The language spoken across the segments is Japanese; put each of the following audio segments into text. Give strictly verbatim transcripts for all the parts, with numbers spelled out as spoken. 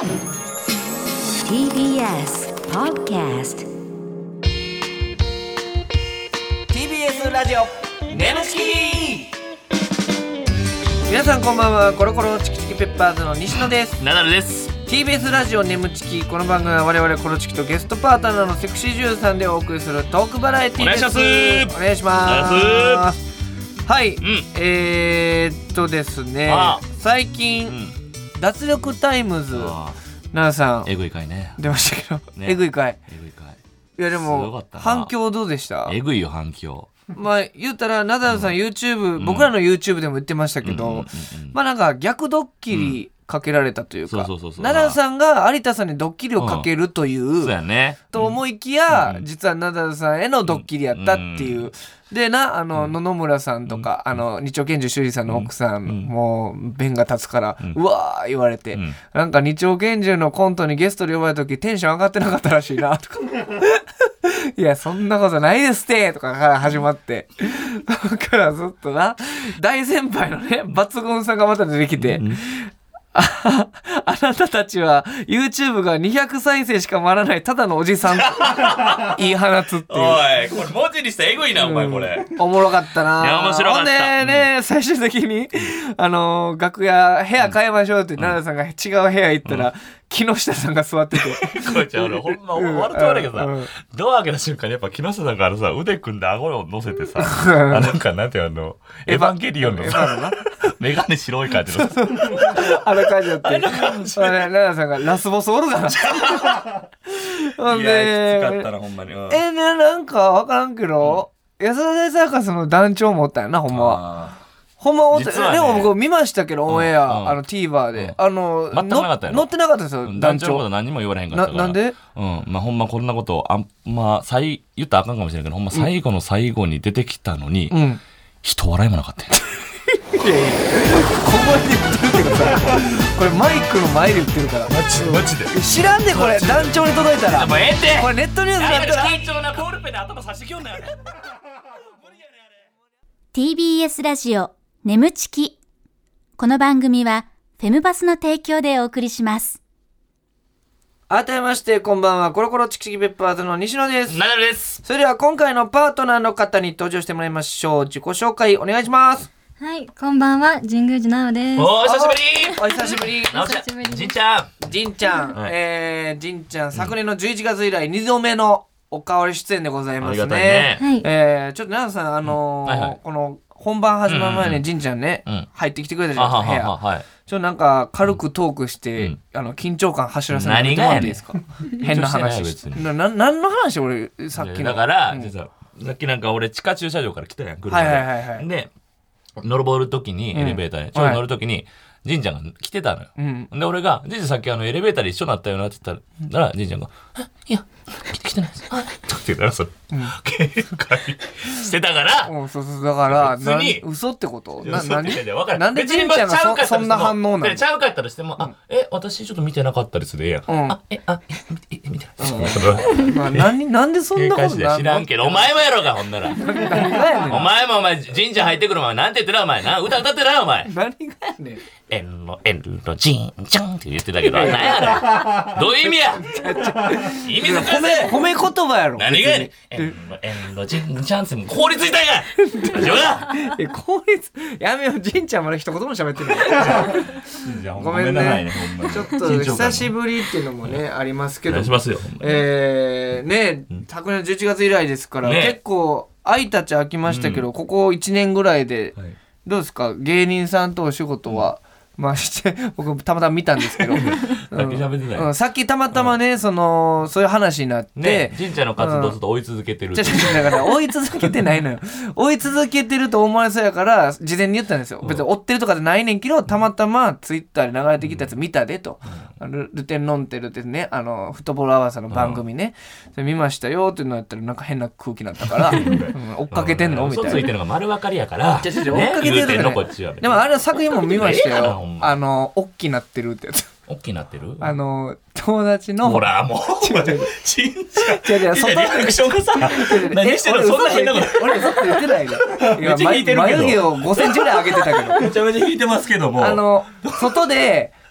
ティービーエス Podcast ティービーエス ラジオネムチキ。皆さんこんばんは。コロコロチキチキペッパーズの西野です。 ナダルです。 ティービーエス ラジオネムチキ。この番組は我々コロチキとゲストパートナーのセクシー女優さんでお送りするトークバラエティーです。 お願いします。 お願いします。はい、 うん、 えー、っとですね最近、うん、脱力タイムズ奈良さんえぐい回ね出ましたけど、 ね、 えぐい回えぐい回いやでも反響どうでした？ えぐいよ反響。 まあ言ったらナダルさん YouTube、うん、僕らの YouTube でも言ってましたけど、うんうんうんうん、まあなんか逆ドッキリかけられたというか、ナダルさんが有田さんにドッキリをかけるという、うん、 そうやね、 と思いきや、うん、実はナダルさんへのドッキリやったっていう、うん、でなあの、うん、野々村さんとか、うん、あの日曜拳銃修理さんの奥さん、うん、もう弁が立つから、うん、うわー言われて、うん、なんか日曜拳銃のコントにゲストで呼ばれた時テンション上がってなかったらしいなとかいやそんなことないですってとかから始まってだからずっとな大先輩のね抜群さんがまた出てきて、うんあ, あなたたちは YouTube がにひゃく再生しか回らないただのおじさん言い放つっていう。 おいこれ文字にしたらエグいな、うん、お前これおもろかったな。 いや面白かった。ほんでね、うん、最終的にあのー、楽屋部屋変えましょうって奈良、うん、さんが違う部屋行ったら、うん、木下さんが座っててこれちゃうのほんま終わるとあるけどさ、うん、ドア開けた瞬間にやっぱ木下さんからさ腕組んで顎を乗せてさあなんかなんていうのエヴァンゲリオンのさメガネ白い感じのあの感じだって奈良さんがラスボスおるからほんでいやきつかったなほんまに、うん、 えななんか分からんけど、うん、安田大サーカスの団長もおったよなほんまは。ほんま、ね、でも僕見ましたけど、オンエア、うん、あの TVer で、うん、あの全くなかったよ。 乗ってなかったですよ、 団長のこと何も言われへんかったから。 な、なんで？ うん、まあほんまこんなことあんま最言ったらあかんかもしれないけど、ほんま最後の最後に出てきたのに、うん、人笑いもなかったよ。 いやいや、ここで言ってるけどさ、これマイクの前で言ってるから。 マジマジで。 知らんでこれ団長に届いたら。 もうええって。 これネットニュースだったら。 緊張なボールペンで頭差してきよんだよね。 ティービーエス ラジオ眠ちき。この番組はフェムバスの提供でお送りします。 改めましてこんばんは。コロコロチキチキペッパーズの西野です。 ナダルです。 それでは今回のパートナーの方に登場してもらいましょう。自己紹介お願いします。 はい、こんばんは。神宮寺奈緒です。 お久しぶり。 お久しぶり。 お久しぶり。 じんちゃん。 じんちゃん、はい、えー、じんちゃん昨年のじゅういちがつ以来にどめのおかわり出演でございますね。ありがたいね。はい、えー、ちょっと奈緒さんあのーうんはいはい、この本番始まる前にじんちゃんね、うんうん、入ってきてくれたじゃないですか、部屋。はははい、ちょっとなんか軽くトークして、うん、あの緊張感走らせないともらっていいですか？変な話して。な何の話俺さっきの。 だから、うん、さっきなんか俺地下駐車場から来たやん車で。はいはいはいはい、で乗る時にエレベーターで、うん、ちょうど乗る時に、はいじんちゃんが来てたのよ、うん、で俺が「じんちゃんさっきあのエレベーターで一緒になったよな」って言ったら、うん、じんちゃんが「いや来てないです」って言ったらそれ、うん、警戒してたからうんそうそうだから別に嘘ってことな何なんでじんちゃんが そ, そんな反応なのちゃうかったとしても「うん、あえ私ちょっと見てなかったです」でええやん、うん、あえあえ見て見てまあ何なんでそんなことなの知らんけどお前もやろうかほんなら何がやねんお前もお前じんちゃん入ってくる前なんて言ってるお前な歌歌ってなお前何がやねんえんのえんのじんちゃんって言ってたけど何やあれどういう意味や意味難しい褒め言葉やろ何がやねんえんのえんのじんちゃんって凍りついたんや大丈夫だえ凍りつやめようじんちゃんまだ一言も喋ってないごめんねちょっと久しぶりっていうのもねありますけどお願いしますよえーね昨年じゅういちがつ以来ですから結構空いたっちゃ空きましたけどここいちねんぐらいでどうですか芸人さんとお仕事は、うん、まあして僕たまたま見たんですけど、うん、さっき喋ってない、 うん、さっきたまたまね、うん、そのそういう話になってねじんちゃんの活動をずっと追い続けてる、うん、 だから追い続けてないのよ追い続けてると思われそうやから事前に言ったんですよ、うん、別に追ってるとかじゃないねんけどたまたまツイッターで流れてきたやつ見たでと、うん、ル, ルテンロンテルってねあのフットボールアワーさんの番組ね、うん、それ見ましたよっていうのやったらなんか変な空気になったから、うん、追っかけてんのみたいな嘘ついてるのが丸分かりやから追っかけてるのこっちはでもあれの作品も見ましたよあのおっきなってるってやつおっきなってるあの友達のほらもう違う違うちんちゃ違う違う外リアクションがさ何してんのそんな変なこと俺嘘って言ってないのめっちゃ引いてるけど眉毛をごセンチぐらい上げてたけどめちゃめちゃ引いてますけどもあの外で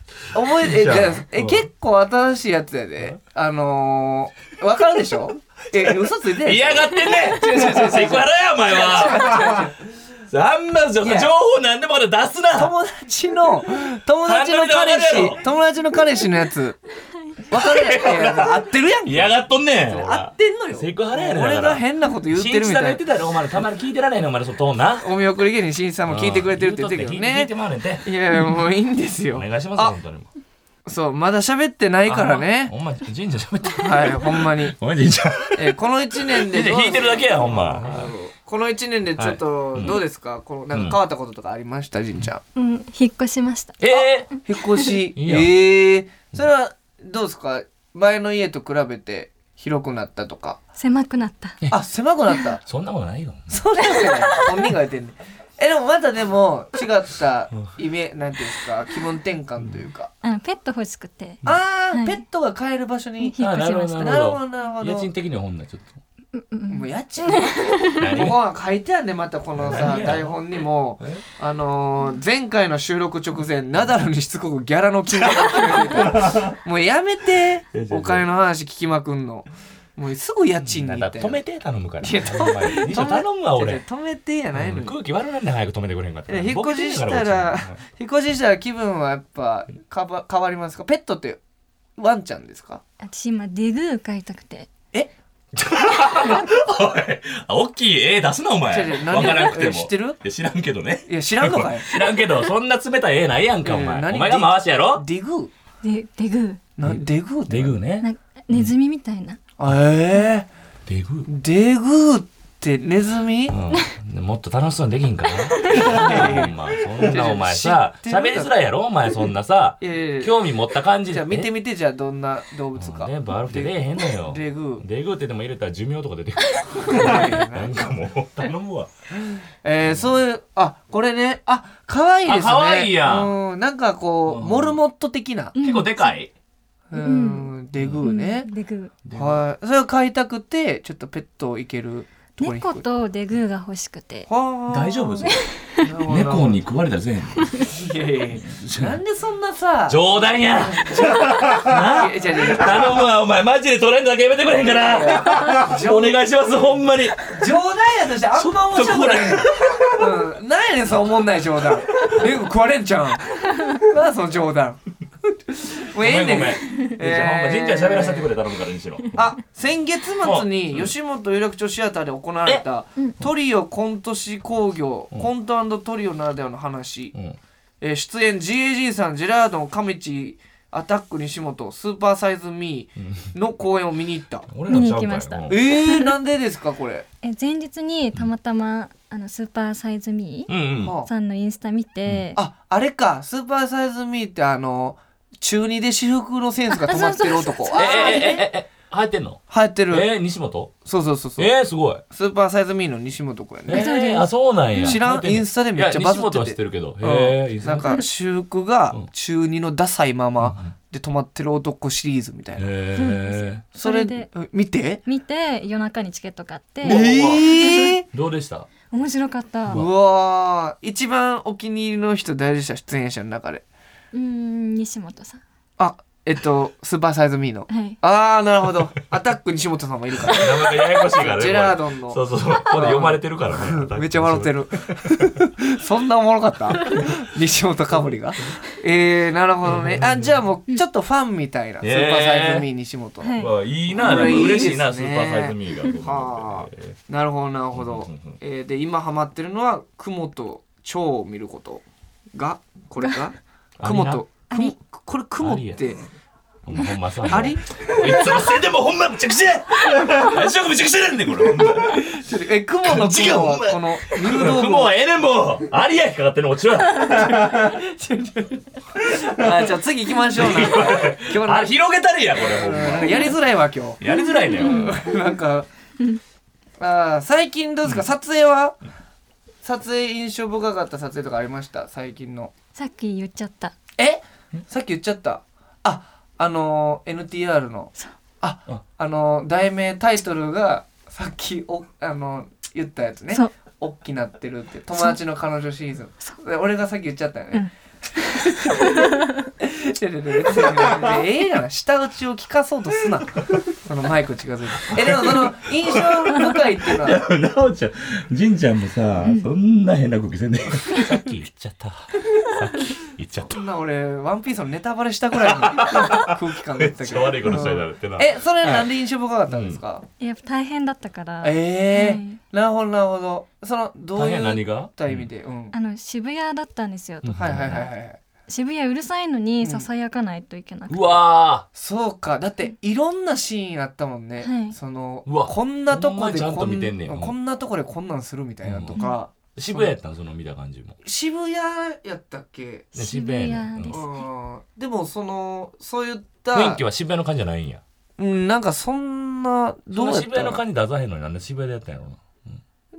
覚えて、え、じゃあえ、結構新しいやつやで。あのー、わかるでしょえ、嘘ついてん嫌がってんね違う違う違うセクハラやお前はあんま情報なんでもから出すな。 友達の友達の彼氏友達の彼氏のやつわかるやん。合ってるやん。 嫌がっとんねん。 合ってんのよ。 セクハラやねん。 俺が変なこと言ってるみたいな。 新一さんが言ってたよお前たまに聞いてられへんのお前そのトーンな。 お見送り芸人新一さんも聞いてくれてるって言ってるけどね。 聞いてもらうねんて。 いやいやもういいんですよ。 お願いします本当に。 そうまだ喋ってないからね。 ほんま神社喋ってる。 はいほんまに。 お前神社。 えこの一年で弾いてるだけやほんま。 この一年でちょっとどうですか、このなんか変わったこととかありました神ちゃん。 うん、引っ越しました。 えー、引っ越しいいやんえー、それはどうですか前の家と比べて広くなったとか。 狭くなった。 あ狭くなった。 そんなことないよ。 そうですよね。本人が言ってんね。えでもまたでも違ったイメなんていうんですか気分転換というか。 うん、ペット欲しくて。 ああ、 はいペットが飼える場所に引っ越しました。 なるほどなるほど。 家賃的にはほんなちょっと。 もう家賃ここは書いてあるねまたこのさ台本にもあのー、前回の収録直前ナダルにしつこくギャラの金額を決めてたもうやめてお金の話聞きまくんのもうすぐ家賃に行ったよ。 止めて頼むから。 いや止め頼むわ俺。 止めてやないのに。 空気悪なんで早く止めてくれへんかった。 引っ越ししたら引っ越ししたら気分はやっぱかば変わりますか。ペットってワンちゃんですか。 私今デグー飼いたくて。 えおい大きい絵出すなお前。分からなくても。 知ってる？ 知らんけどね。 いや知らんのかい。 知らんけどそんな冷たい絵ないやんかお前。お前が回しやろ。 デグー。デグー。 なデグーデグーね。 ネズミみたいな。 ええデグー。 デグーってネズミ？ うん、もっと楽しそうにできんかな。まあそんなお前さ喋りづらいやろお前そんなさ興味持った感じで。 じゃあ見てみてじゃあどんな動物か。 ねバルフって出えへんのよ。 デグー。 デグーってでも入れたら寿命とか出てくる。なんかもう頼むわ。 えー、そういうあこれねあ可愛いですね。 可愛いやん。 うんなんかこうモルモット的な。 結構でかい。 うんデグーね。 デグー。はい。それを飼いたくてちょっとペットをいける。 猫とデグーが欲しくて。 大丈夫です猫に食われたらせん。いやいやいやなんでそんなさ冗談や頼むわお前マジでトレンドだけやめてくれへんからお願いしますほんまに。 冗談やとしてあんま面白くない。うんなんやねんそのおもんない冗談。猫食われんちゃうんなんその冗談。もうええねん。 じゃあほんま神社喋らせてくれ頼むからにしろ。 あ先月末に吉本有楽町シアターで行われたトリオコント師興行コント&トリオならではの話、え出演 ジーエージー さんジェラードン上地アタック西本スーパーサイズミーの公演を見に行った。 見に行きました。 えーなんでですかこれ。 え前日にたまたまあのスーパーサイズミーさんのインスタ見て、 ああれかスーパーサイズミーってあの中二で私服のセンスが止まってる男。 ええええ流行ってんの？ 流行ってる。 えー、西本？ そうそうそうそう。 えー、すごい。 スーパーサイズミーの西本くんやね。 えー、あそうなんや。 知らんインスタでめっちゃバズってて。 西本は知ってるけど。へえー、なんか私服が中二のダサいままで止まってる男シリーズみたいな。 へー、それで見て見て夜中にチケット買って。 えー、 どうでした？ 面白かった。 うわー一番お気に入りの人誰でした？出演者の中で。 うーん西本さん。 あえっとスーパーサイズミーの、 はい、 ああなるほどアタック西本さんもいるから名前がややこしいからねジェラードンのそうそうそうここで読まれてるからねめっちゃ笑ってるそんなおもろかった西本かぶりがえー、なるほどね。あじゃあもうちょっとファンみたいな、スーパーサイズミー西本の、 はいまあ、いいな嬉しいな、スーパーサイズミーがはあなるほどなるほど、えー、で今ハマってるのは雲と蝶を見ることがこれか雲と雲これ雲ってほんまほんまさありいつもせいでもほんまむちゃくちゃや足がむちゃくちゃなんねんこれほんまえ雲の雲はこの入道雲雲はええねんもうアリア引っかかってんのもちろんあじゃあ次行きましょうなんか今日あ広げたれやこれほんまやりづらいわ今日やりづらいねなんかあ最近どうですか、撮影は撮影印象深かった撮影とかありました最近の。 さっき言っちゃった。 えさっき言っちゃった。ああのー、エヌティーアール のああのー、題名タイトルがさっきおあのー、言ったやつね。おっきなってるって友達の彼女シーズン。俺がさっき言っちゃったよね、 ええやな、舌打ちを聞かそうとすな。そのマイク近づいて。え、でもその印象深いっていうのは。 なおちゃん、じんちゃんもさ、うん、そんな変な空気せんねん。さっき言っちゃった。さっき言っちゃった。 そんな俺、ワンピースのネタバレしたくらいの空気感だったけど。めっちゃ悪いことしたいなってな。え、それなんで印象深かったんですか？ うん、やっぱ大変だったから。 ええーはい、なるほどなるほど。そのどういう何が？ 意味で、うん、 あの渋谷だったんですよ。 はいはいはいはい。 渋谷うるさいのにささやかないといけなくて、 うん、うわそうか、だっていろんなシーンあったもんね、 はい、 そのこんなとこでこ ん, ん、 こんなとこでこんなんするみたいなとか、 うん、渋谷やったんその見た感じも渋谷やったっけ？ 渋谷ですね、 うん、でもそのそういった雰囲気は渋谷の感じじゃないんや。 うん、なんかそんなどうやった渋谷の感じ出さへんのになんで渋谷でやったんやろうな、 うん、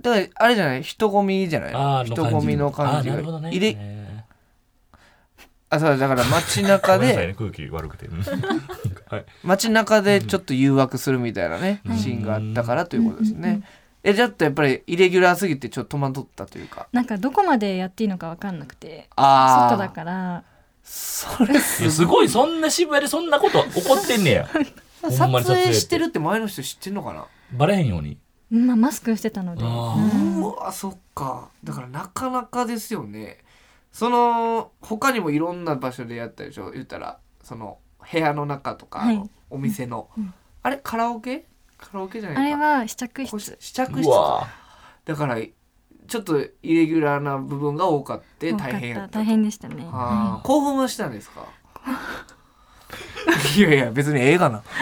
だからあれじゃない、人混みじゃない、人混みの感じが入れあ、そうだから街中で空気悪くて、 はい、街中でちょっと誘惑するみたいなね、うん、シーンがあったからということですね、うんうん、えちょっとやっぱりイレギュラーすぎてちょっと戸惑ったというか、 なんかどこまでやっていいのか分かんなくて、あ外だからそれすご, すごいそんな渋谷でそんなこと起こってんねや撮影してるって前の人知ってんのかな、 バレへんように、 まあ、マスクしてたので、 あ、うん、うわそっか、だからなかなかですよね。その他にもいろんな場所でやったでしょ、言ったらその部屋の中とか、はい、お店の、うん、あれカラオケカラオケじゃないか、 あれは試着室試着室か、だからちょっとイレギュラーな部分が多かって大変やった、 大変でしたね、 はあ、興奮はしたんですか？いやいや別に映画な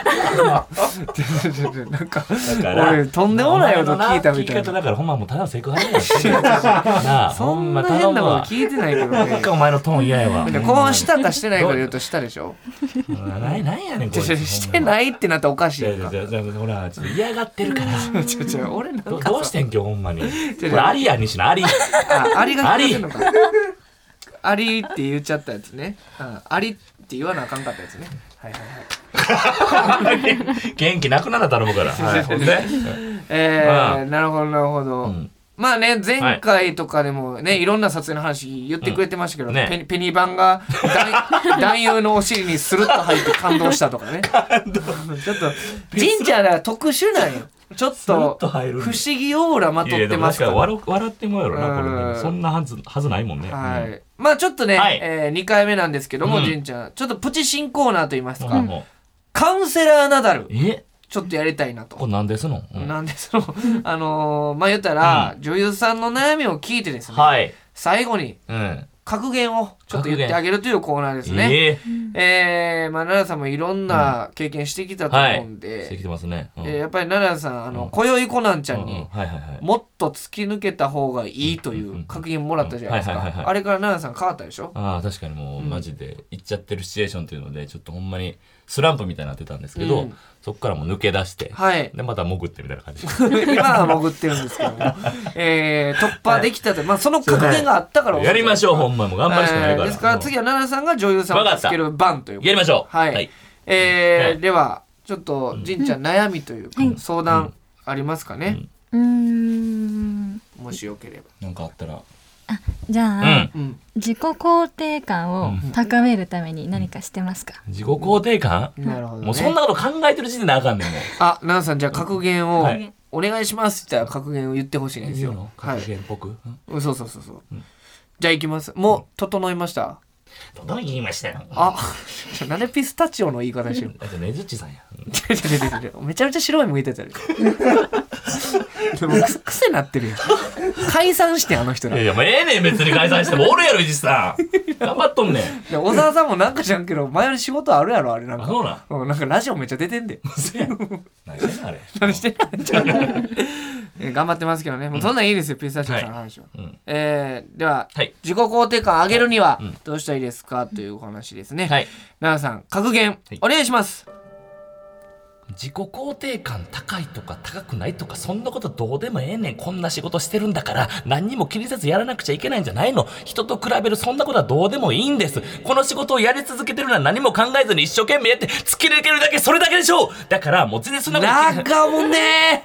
なんか俺とんでもないこと聞いたみたいな、 だからほんまもうただのセクハラやってなあ、 そんな変なこと聞いてないけどね、 なんかお前のトーン嫌やわ、 興奮したかしてないか言うとしたでしょ何やねんこれしてないってなったらおかしいやんか、 ほらちょっと嫌がってるからちょちょ俺なんか ど, どうしてん今日ほんまにこれアリや西野アリあアリが聞いてんのかアリって言っちゃったやつね、アリって言わなあかんかったやつね、はいはいはい元気なくなら頼むから、はい、ほんでえー、なるほどなるほど、うん、まあね前回とかでもね、はい、いろんな撮影の話言ってくれてましたけど、うんね、ペ, ペニバンが男優のお尻にスルッと入って感動したとかねちょっと神社が特殊なんよ、ちょっと不思議オーラまとってますから、 いやいや笑ってもやろなこれ、ね、そんなはずはずないもんね、 はい、うん、まあちょっとね、はい、えー、にかいめなんですけども、うん、神ちゃんちょっとプチ新コーナーといいますか、うん、カウンセラーナダルえちょっとやりたいなと。 これなんですの、 うん、なんですのあのー、まあ言ったら、うん、女優さんの悩みを聞いてですね、はい、最後に、うん格言をちょっと言ってあげるというコーナーですね。えー、えー、まあ奈良さんもいろんな経験してきたと思うんで、うんはい、 してきてますね。うん、 えー、やっぱり奈良さんあの、うん、今宵コナンちゃんにもっと突き抜けた方がいいという格言もらったじゃないですか。あれから奈良さん変わったでしょ。 ああ確かにもうマジで行っちゃってるシチュエーションというのでちょっとほんまにスランプみたいになってたんですけど、うん、そこからもう抜け出して、はい、でまた潜ってみたいな感じ今は潜ってるんですけども、えー、突破できたと、まあ、その格言があったから、 はい、やりましょうほんまも頑張るしかないから、えー、 ですから次は奈良さんが女優さんを助ける番ということでやりましょう、 はいはい、えーはい、ではちょっと神ちゃん、うん、悩みというか、うん、相談ありますかね、うん、うーんもしよければなんかあったらあじゃあ、うん、自己肯定感を高めるために何かしてますか、 うん、自己肯定感、うん、なるほどね、もうそんなこと考えてる時点であかんねんもうあ、奈々さんじゃあ格言を、はい、お願いしますって言ったら格言を言ってほしいんですよ、 格言っぽく、 はい、そうそうそうそう、うん、じゃあいきます。もう整いました、 整いましたよ。 あ、なんでピスタチオの言い方してるのねずっちさんやめちゃめちゃ白い向いてたででも癖なってるよ解散してあの人ら。 いやいやもうええねん別に解散してもおるやろ伊地さん頑張っとんねん。 小沢さんもなんか知らんけど前より仕事あるやろあれなんか。 そうなん、 うん、なんかラジオめっちゃ出てんで何してんのあれ何してんの頑張ってますけどね、もうそんなんいいですよ、うん、ピスタチオさんの話は、はい、うん、えー、では、はい、自己肯定感上げるにはどうしたらいいですか、うん、というお話ですね、はい、奈々さん格言、はい、お願いします。 自己肯定感高いとか高くないとかそんなことどうでもええねん。こんな仕事してるんだから何にも気にせずやらなくちゃいけないんじゃないの。人と比べるそんなことはどうでもいいんです。この仕事をやり続けてるのは何も考えずに一生懸命やって突き抜けるだけ、それだけでしょう。だからもう全然そんなことなんかもね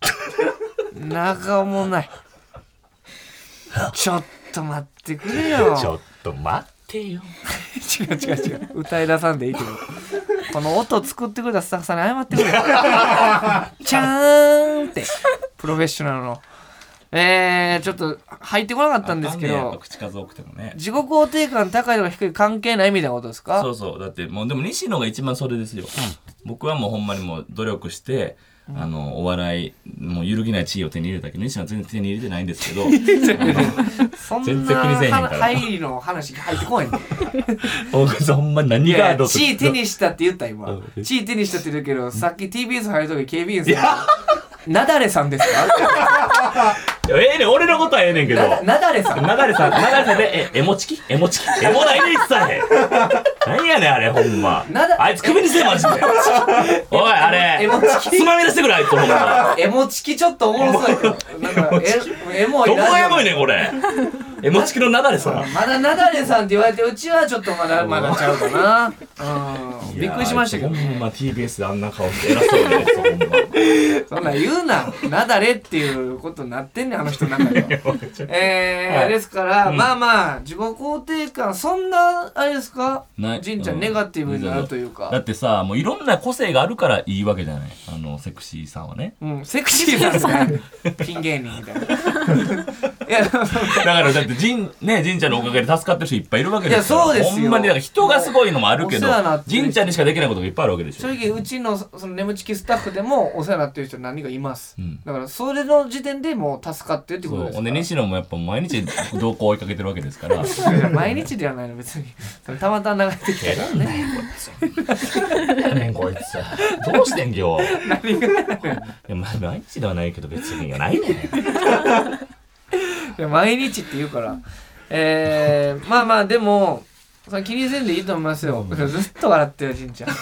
なんかもないちょっと待ってくれよ。 ちょっと待ってよ違う違う違う歌い出さんでいいけどこの音作ってくれたスタッフさんに謝ってくれチャーンってプロフェッショナルのえー、ちょっと入ってこなかったんですけど、 口数多くてもね、 自己肯定感高いとか低い関係ないみたいなことですか？ そうそう、だってもうでも西野が一番それですよ、うん、僕はもうほんまにもう努力して、うん、あのお笑いもう揺るぎない地位を手に入れたけど西野は全然手に入れてないんですけどそんな入りの話入ってこないんだよほんま何がどう地位手にしたって言った今地位手にしたって言うけど、さっき ティービーエス 入るとき警備員さんなだれさんですか？ ええねん、俺のことはええねんけど。 なだれさん。 なだれさん、なだれさんで、え、エモチキエモチキエモないで一切。何やねん、あれ、ほんま。あいつ首にせえ、マジで。おい、あれ。エモチキつまみ出してくれ、あいつ、ほんま。 エモチキちょっとおもろそうやけど。なんか、エモい。 どこがエモいねん、これ。エモチキのなだれさん。 まだなだれさんって言われて、うちはちょっとまだ、まだちゃうかな。うん。びっくりしましたけど。 ほんま ティービーエス であんな顔して偉そうで、ほんま。 そんなん言うな。なだれっていうことになってんねん、あの人の中では。えー、はい、ですから、うん、まあまあ自己肯定感そんなあれですか、じんちゃん、うん、ネガティブになるというか。 だってさ、もういろんな個性があるからいいわけじゃない、あのセクシーさんはね。 うん、セクシーさんってピン芸人みたいないやだからだってじんねじんちゃんのおかげで助かってる人いっぱいいるわけですから。 いやそうですよ、 ほんまにだから人がすごいのもあるけどじんちゃんにしかできないことがいっぱいあるわけでしょ。 正直うちのその眠ちきスタッフでもお世話になってる人何人かいます、うん、だからそれの時点でもう助かってるってことですから。 そうで西野もやっぱ毎日動向を追いかけてるわけですから毎日ではないの別にたまたま流れてきたからね。 何ねんこいつどうしてん今日。何がいや、まあ、毎日ではないけど別にないねん。いや毎日って言うからえー、まあまあでもそれ気にせんでいいと思いますよ。ずっと笑ってるじんちゃん、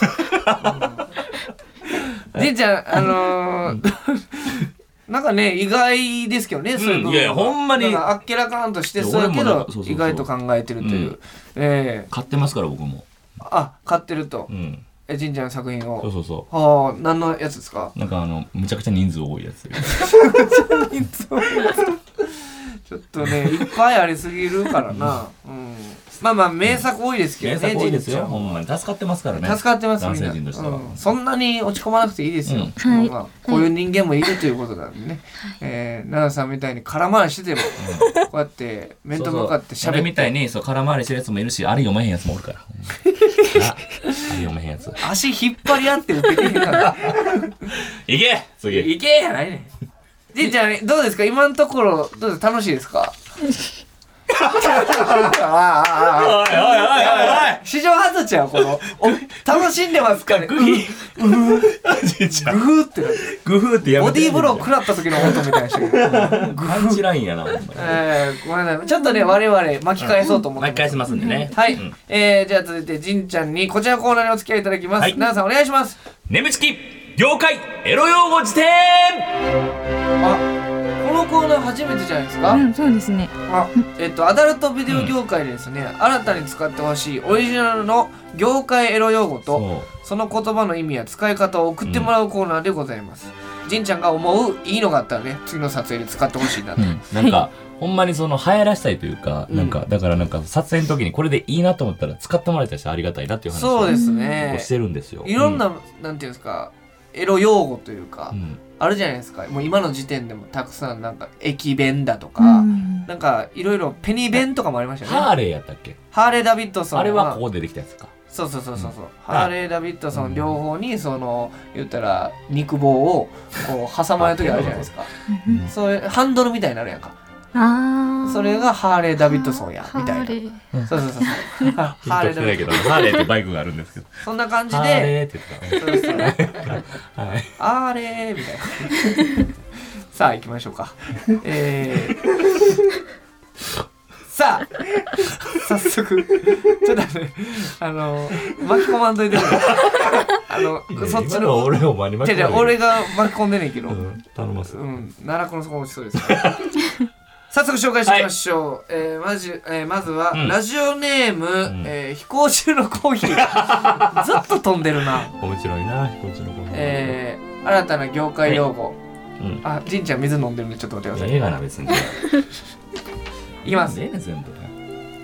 うん、じんちゃんあのーなんかね意外ですけどね、うん、そういうの。 いやほんまにあっけらかんとしてそうやけど意外と考えてるという、うん、えー、買ってますから僕も。 あ、買ってると、 うん、 えじんちゃんの作品を。 そうそうそう。 はあ、何のやつですか？ なんかあのむちゃくちゃ人数多いやつ。 むちゃくちゃ人数多いやつちょっとねいっぱいありすぎるからな、うん、まあまあ名作多いですけどね、 名作多いですよ、ほんまに助かってますからね。 助かってます、 男性陣としては、 うん、そんなに落ち込まなくていいですよ、うんまあ、こういう人間もいるということなんでね、はい、えー、奈々さんみたいに空回りしてても、うん、こうやって面と向かってしゃべって、 俺みたいにそう空回りしてるやつもいるし、あれ読めへんやつもおるからあれ読めへんやつ足引っ張り合って受けてへんからいけ次いけやないねん。じいちゃんどうですか今のところ、どうです楽しいですか？おいおいおいおい史上初ちゃうこの楽しんでますかね。グフグフってグフってやめて。 ボディーブロー食らった時の音みたいな人パンチラインやな。 えー、ごめんなさいちょっとね我々巻き返そうと思って巻き返しますんでね。 はい、うん、えー、じゃあ続いてじんちゃんにこちらのコーナーにお付き合いいただきます。奈々さんお願いします。 眠ちき業界エロ用語辞典。 あ、このコーナー初めてじゃないですか？ うん、そうですね。 あ、えっとアダルトビデオ業界でですね、うん、新たに使ってほしいオリジナルの業界エロ用語と そ, その言葉の意味や使い方を送ってもらうコーナーでございます。うん、じんちゃんが思ういいのがあったらね、次の撮影で使ってほしいなと、うん、 なんかほんまにその流行らしたいというか、うん、なんかだからなんか撮影の時にこれでいいなと思ったら使ってもらえたらありがたいなっていう話をそうですねしてるんですよ。 いろんな、うん、なんていうんですかエロ用語というか、うん、あるじゃないですか。もう今の時点でもたくさんなんか駅弁だとか、うん、なんかいろいろペニ弁とかもありましたよね。 ハーレーやったっけ？ ハーレーダビッドソンはあれはここでできたやつか。 そうそうそうそうそう、うん、ハーレーダビッドソン両方にその言ったら肉棒をこう挟まれる時あるじゃないですかそういうハンドルみたいになるやんか。あそれがハーレーダビッドソンやみたいな。そうそうそうそうハーレーダビッドソンハーレーってバイクがあるんですけどそんな感じでハーレーって言ってた。そうそうはい、あーれーみたいなさあ行きましょうか。えーさあ早速ちょっとねあの巻き込まんといてくれあのそっちの俺を巻き込んで俺が巻き込んでねんけど、うん、 頼ます。 うん奈良子の底落ちそうです早速紹介していきましょう。はい、えー、まず、えー、まずは、うん、ラジオネーム、うんえー、飛行中のコーヒーずっと飛んでるな。 面白いな飛行中のコーヒー。 えー、新たな業界用語、はいうん、あじんちゃん水飲んでるんでちょっと待ってください。 ええがな別にいきます。 ええね全部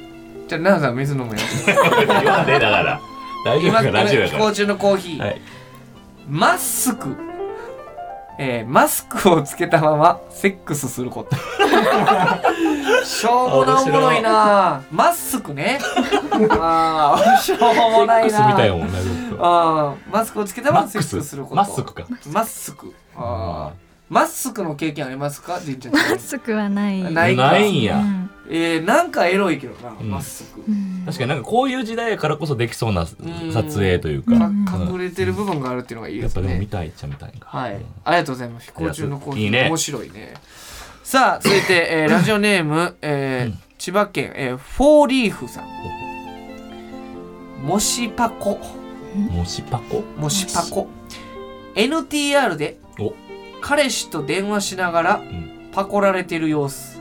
じゃあ奈々さん水飲むや言わんでだから大丈夫かラジオやから飛行中のコーヒー、はい、マスク、えー、マスクをつけたままセックスすることしょうもなおもろいなマスクねあーしょうもないなセックスみたいもんねあマスクをつけたままセックスすることマスクかマスクあマスクの経験ありますかじんちゃん。 マスクはないないないんや、 うんえー、なんかエロいけどな、うん、マスク、うん、 確かになんかこういう時代やからこそできそうな撮影というか、 うん、隠れてる部分があるっていうのがいいですね。 やっぱでも見たいっちゃ見たいんか、 はい、ありがとうございます。飛行中のコーヒーいい、ね、面白いね。さあ続いて、えー、ラジオネーム、えーうん、千葉県、えー、フォーリーフさん。もしパコもしパコもしパコ エヌティーアール で彼氏と電話しながらパコられてる様子、うん、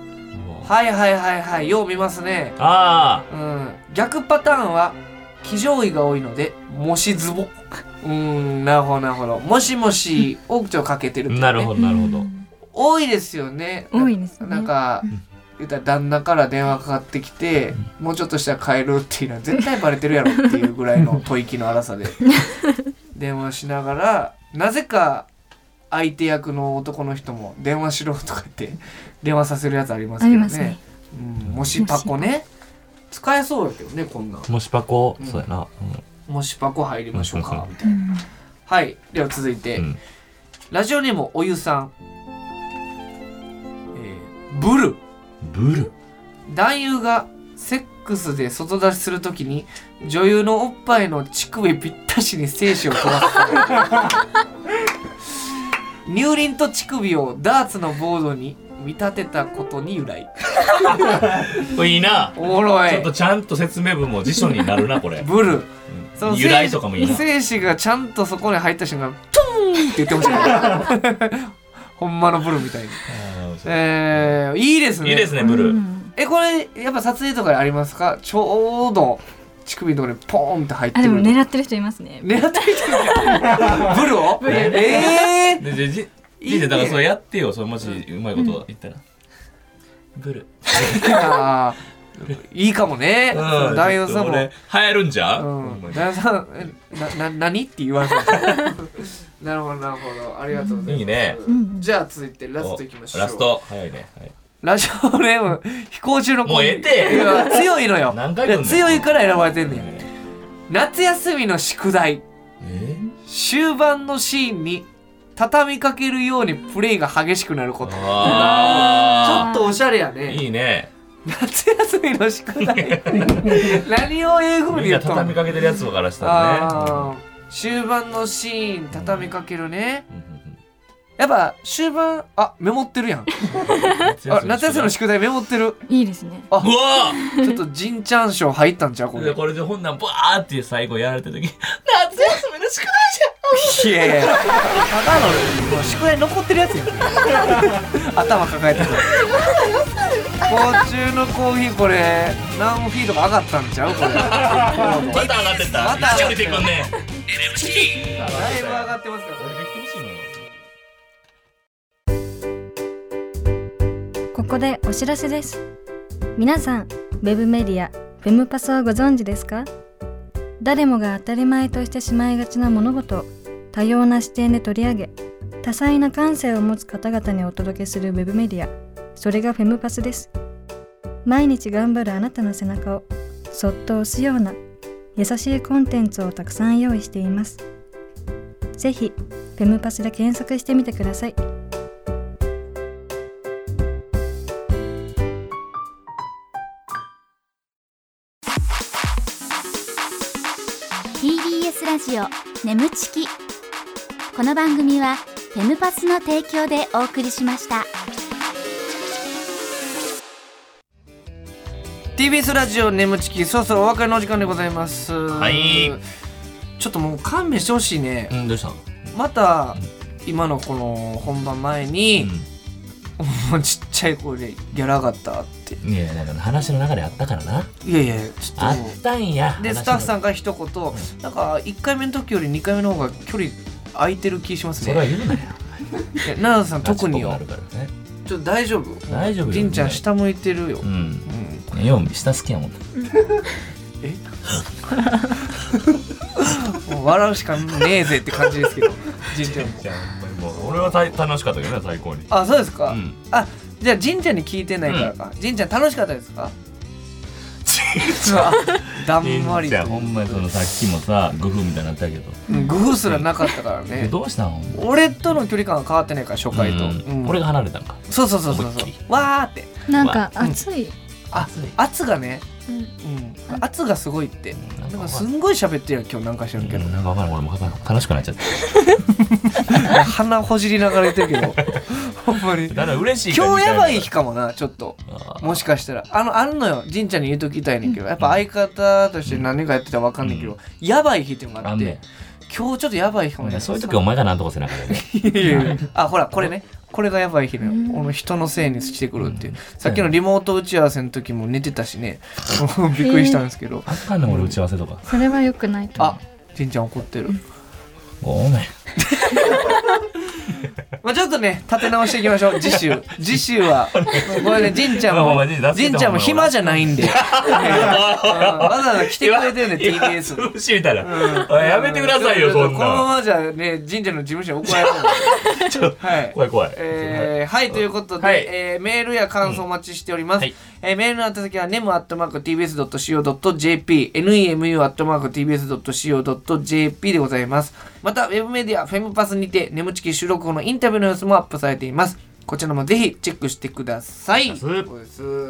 はいはいはいはいよう見ますね。 あ、 うん、逆パターンは騎乗位が多いのでもしズボうんなるほどなるほどもしもしをちょっとかけてるって、ね、 なるほどなるほど多いですよね。 多いですね。 なんか言ったら旦那から電話かかってきて、うん、もうちょっとしたら帰るっていうのは絶対バレてるやろっていうぐらいの吐息の荒さで電話しながらなぜか相手役の男の人も電話しろとか言って電話させるやつありますけど ね, ね、うん、もしパコね使えそうやけどねこんなんもしパコ、うん、そうやな、 うん、もしパコ入りましょうかみたいな、うん、はいでは続いて、うん、ラジオネームおゆさん、えー、ブルブル男優がセックスで外出しするときに女優のおっぱいの乳首ぴったしに精子を飛ばす乳輪と乳首をダーツのボードに見立てたことに由来いいなおもろい。 ちょっとちゃんと説明文も辞書になるなこれブル、うん、 その由来とかもいいな精子がちゃんとそこに入った瞬間トーンって言ってほしいほんまのブルみたいにえー、いいですねいいですねブル、うん、 えこれやっぱ撮影とかでありますか？ちょうど乳首のところにポーンって入ってる。 あでも狙ってる人いますね。 狙ってる人いますブルを？ブルえーでじじじじだからそれやってよ。それもしうまいこと言ったら、うん、ブルあいいかもね。 うん、 男優さんも流行るんじゃん、 うん、男優さんな、な、何って言われたなるほどなるほどありがとうございます。いいね。じゃあ続いてラストいきましょう。 ラスト早いね、はい、 ラジオネーム飛行中の子もうええて強いのよ。 何回強いから選ばれてんねん、えー、夏休みの宿題、 えー、 終盤のシーンに畳みかけるようにプレイが激しくなること。 あちょっとおしゃれやね。 いいね。 夏休みの宿題何を英語に言ったの。 畳みかけてるやつからしたらね、 うん、終盤のシーン畳みかけるね、うん、やっぱ終盤あメモってるやんあ夏休みの宿題メモってる。 いいですね。 あうわちょっとジンちゃん賞入ったんちゃうこれ。 これで本なんバーって最後やられた時夏休みの宿題じゃん。 いやいやただの宿題残ってるやつやん頭抱えてる不幸中のコーヒーこれ何もフィードが上がったんちゃうこれまた上がってた。 また上がってくんね。 だいぶ上がってますから。 俺できてほしいのよ。 ここでお知らせです。皆さんウェブメディアフェムパスをご存知ですか？誰もが当たり前としてしまいがちな物事を多様な視点で取り上げ、多彩な感性を持つ方々にお届けするウェブメディア、それがフェムパスです。毎日頑張るあなたの背中をそっと押すような優しいコンテンツをたくさん用意しています。ぜひフェムパスで検索してみてください。 ティービーエス ラジオ眠ちき。この番組はフェムパスの提供でお送りしました。 ティービーエス ラジオ眠ちき、そろそろお別れのお時間でございます。 はい。 ちょっともう勘弁してほしいね。 うん、どうしたの？ また、うん、今のこの本番前に、うん、ちっちゃい声でギャラ上がったって。 いやいや話の中であったからな。 いやいやちょっとあったんや。 でスタッフさんから一言、うん、なんかいっかいめの時よりにかいめの方が距離空いてる気しますね。 それは言うなよ。 奈良さん特によ、 ね、 ちょっと大丈夫？ 大丈夫よ、ね。 りんちゃん下向いてるよ。 うんうん、 よん下好きやもん。 えもう笑うしかねえぜって感じですけど神ちゃんも。 じゃあもう俺は楽しかったけどね最高に。 あ、そうですか、 うん、 あ、じゃあ神ちゃんに聞いてないからか、うん、神ちゃん楽しかったですか？だんまりと。 ほんまにそのさっきもさグフみたいになったけど、 うん、グフすらなかったからね。 どうしたの？ 俺との距離感は変わってないから初回と、 うんうん、俺が離れたんか。 そうそうそうそうそう、わーってなんか熱い、うん、 あ、圧がね、うんうん、圧がすごいって、なんかすんごい喋ってるやん今日なんか知らんけど、 うん、なんか分からん、俺も楽しくなっちゃって鼻ほじりながら言ってるけどほんまにだから嬉しい。 今日やばい日かもな、ちょっともしかしたらあのあんのよ、神ちゃんに言うときたいねんけど、やっぱ相方として何かやってたら分かんないけど、うん、やばい日っていうのがあって、今日ちょっとやばい日かもね。 そういう時お前がなんとかせなかったねいやいやあ、ほらこれね、これがやばい日ね、この人のせいにしてくるっていう、さっきのリモート打ち合わせの時も寝てたしねびっくりしたんですけど、 あかんねん俺打ち合わせとか。 それは良くないと。 あ、神ちゃん怒ってる、 ごめんまあちょっとね立て直していきましょう。次週次週はこれね、神ちゃんも神ちゃんも暇じゃないんでわざわざ来てくれてるんで ティービーエス虫みたいな、うん、やめてくださいよそんな。 このままじゃね神ちゃんの事務所に怒られるのではい、怖い怖い、えー、はいということで、はい、えー、メールや感想お待ちしております、うん、はい、えー、メールの宛先は ネムアットマークティービーエスドットシーオードットジェーピー ネムアットマークティービーエスドットシーオードットジェーピー でございます。またウェブメディアフェムパスにてネムチキ収録後のインタビューの様子もアップされています。こちらもぜひチェックしてください。そうです。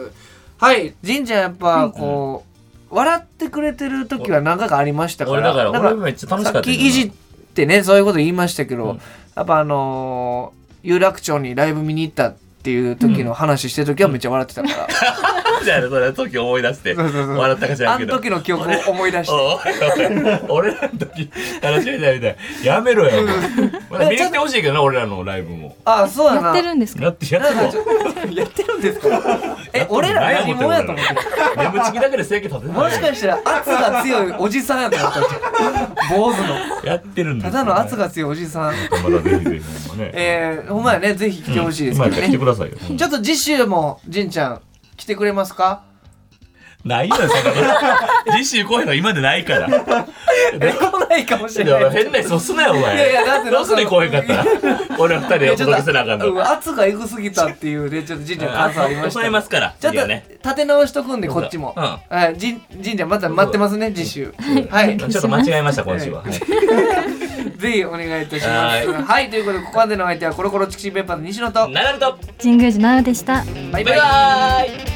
はい、神ちゃんやっぱこう、うん、笑ってくれてる時は何回かありましたから、 俺だから俺めっちゃ楽しかった。 さっきいじってねそういうこと言いましたけど、うん、やっぱあのー、有楽町にライブ見に行ったっていう時の話してる時はめっちゃ笑ってたから、うん、じゃあそれ時思い出して笑ったかしらんけど、 あの時の記憶を思い出して俺らの時楽しみだみたいな、やめろよまだ見に来てほしいけどな俺らのライブも。 あ、そうやな。 やってるんですか？ やってやってやってるんですか？え、俺ら何者やと思ってる？眠ちきだけで生計立てない。 もしかしたら圧が強いおじさんやと思ったっけ？坊主のやってるんです、ね、 ただの圧が強いおじさん。 まだぜひぜひほんまね。 えー、ほんまやね、ぜひ来てほしいですけどね、 うん、来てくださいよ。 ちょっと次週も神ちゃん来てくれますか？ ないよそんな次週来いの今でないからえ、来ないかもしれない。 変な人すなよお前。 いやいやだってどうすんねん来へんかったら俺ら二人でお届けせなあかんの。 圧がエグすぎたっていうね、ちょっと神ちゃん感想ありました。 抑えますからちょっと立て直しとくんでこっちも、うん、はい、神ちゃんまた待ってますね次週。はい、 ちょっと間違えました今週は、はい、 ぜひお願いいたします。はい、はい、ということでここまでの相手はコロコロチキチンペッパーの西野とナダルと神宮寺奈緒でした。 バイバイ。バイバイ。